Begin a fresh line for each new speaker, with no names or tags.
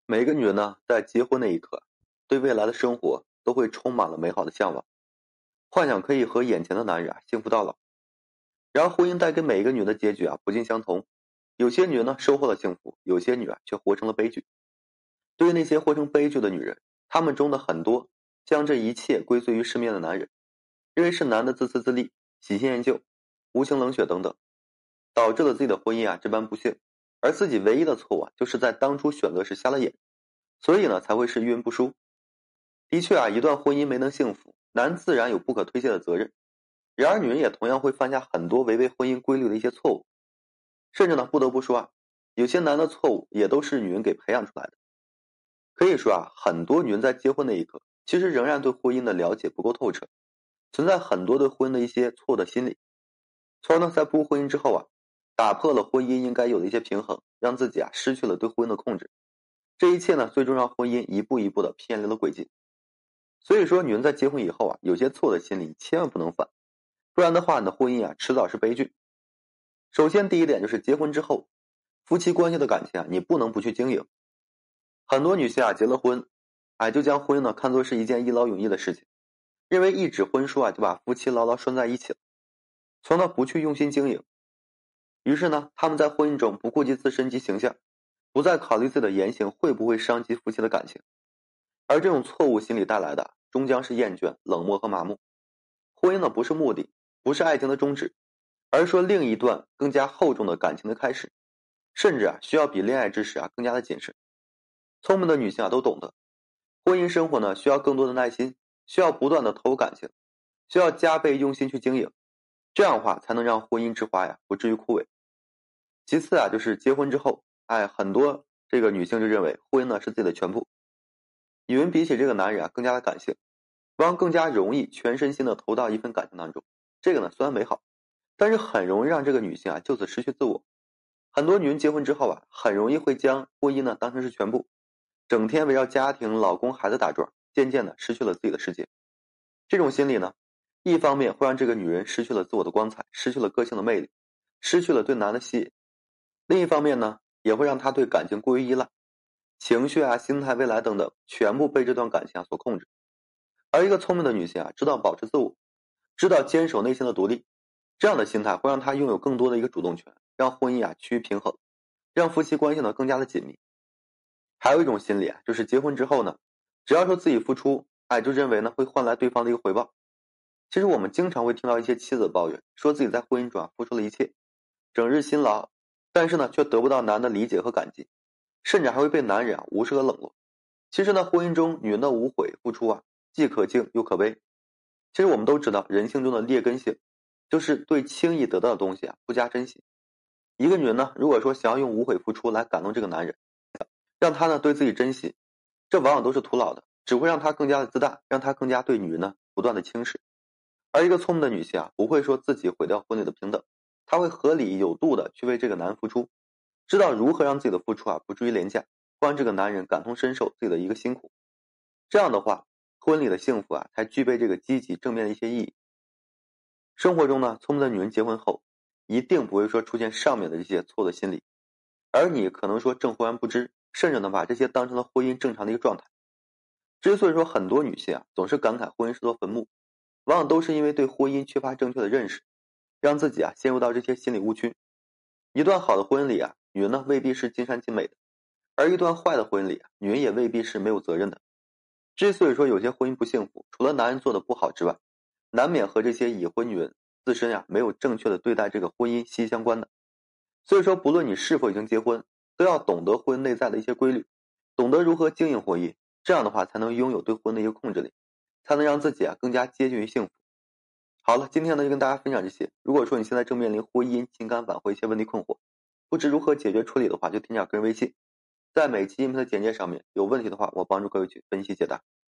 每个女人呢，在结婚那一刻，对未来的生活都会充满了美好的向往，幻想可以和眼前的男人幸福到老。然而，婚姻带给每一个女人的结局不尽相同，有些女人呢收获了幸福，有些女人却活成了悲剧。对于那些活成悲剧的女人，她们中的很多将这一切归罪于身边的男人，认为是男的自私自利、喜新厌旧、无情冷血等等，导致了自己的婚姻这般不幸。而自己唯一的错误就是在当初选择时瞎了眼，所以呢才会是遇人不淑。的确一段婚姻没能幸福，男自然有不可推卸的责任。然而女人也同样会犯下很多违背婚姻规律的一些错误，甚至呢不得不说有些男的错误也都是女人给培养出来的。可以说很多女人在结婚那一刻，其实仍然对婚姻的了解不够透彻，存在很多对婚姻的一些错的心理，从而呢在步入婚姻之后打破了婚姻应该有的一些平衡，让自己失去了对婚姻的控制。这一切呢最终让婚姻一步一步的偏离了轨迹。所以说女人在结婚以后有些错的心理千万不能犯，不然的话你的婚姻迟早是悲剧。首先第一点就是结婚之后，夫妻关系的感情你不能不去经营。很多女性结了婚就将婚姻呢看作是一件一劳永逸的事情，认为一纸婚书就把夫妻牢牢拴在一起了，从而不去用心经营。于是呢他们在婚姻中不顾及自身及形象，不再考虑自己的言行会不会伤及夫妻的感情，而这种错误心理带来的终将是厌倦、冷漠和麻木。婚姻呢不是目的，不是爱情的终止，而是说另一段更加厚重的感情的开始，甚至需要比恋爱之时更加的谨慎。聪明的女性都懂得，婚姻生活呢需要更多的耐心，需要不断的投入感情，需要加倍用心去经营，这样的话才能让婚姻之花不至于枯萎。其次就是结婚之后很多这个女性就认为婚姻呢是自己的全部。女人比起这个男人更加的感性，往往更加容易全身心的投到一份感情当中。这个呢虽然美好，但是很容易让这个女性就此失去自我。很多女人结婚之后很容易会将婚姻呢当成是全部，整天围绕家庭、老公、孩子打转，渐渐的失去了自己的世界。这种心理呢，一方面会让这个女人失去了自我的光彩，失去了个性的魅力，失去了对男的吸引。另一方面呢，也会让她对感情过于依赖，情绪心态、未来等等，全部被这段感情所控制。而一个聪明的女性知道保持自我，知道坚守内心的独立，这样的心态会让她拥有更多的一个主动权，让婚姻趋于平衡，让夫妻关系呢更加的紧密。还有一种心理就是结婚之后呢，只要说自己付出就认为呢会换来对方的一个回报。其实我们经常会听到一些妻子抱怨，说自己在婚姻中付出了一切，整日辛劳，但是呢却得不到男的理解和感激，甚至还会被男人无视和冷落。其实呢婚姻中女人的无悔付出既可敬又可悲。其实我们都知道人性中的劣根性，就是对轻易得到的东西不加珍惜。一个女人呢如果说想要用无悔付出来感动这个男人，让他呢对自己珍惜，这往往都是徒劳的，只会让他更加的自大，让他更加对女人呢不断的轻视。而一个聪明的女性不会说自己毁掉婚内的平等，她会合理有度的去为这个男人付出，知道如何让自己的付出不至于廉价，会让这个男人感同身受自己的一个辛苦。这样的话，婚礼的幸福才具备这个积极正面的一些意义。生活中呢，聪明的女人结婚后一定不会说出现上面的这些错的心理，而你可能说正浑然不知，甚至呢把这些当成了婚姻正常的一个状态。之所以说很多女性总是感慨婚姻是座坟墓，往往都是因为对婚姻缺乏正确的认识，让自己陷入到这些心理误区。一段好的婚姻里女人呢未必是尽善尽美的，而一段坏的婚姻里女人也未必是没有责任的。之所以说有些婚姻不幸福，除了男人做的不好之外，难免和这些已婚女人自身没有正确的对待这个婚姻息息相关的。所以说不论你是否已经结婚，都要懂得婚姻内在的一些规律，懂得如何经营婚姻，这样的话才能拥有对婚的一个控制力，才能让自己更加接近于幸福。好了，今天呢就跟大家分享这些。如果说你现在正面临婚姻、情感挽回一些问题困惑，不知如何解决处理的话，就添加个人微信，在每期音频的简介上面，有问题的话我帮助各位去分析解答。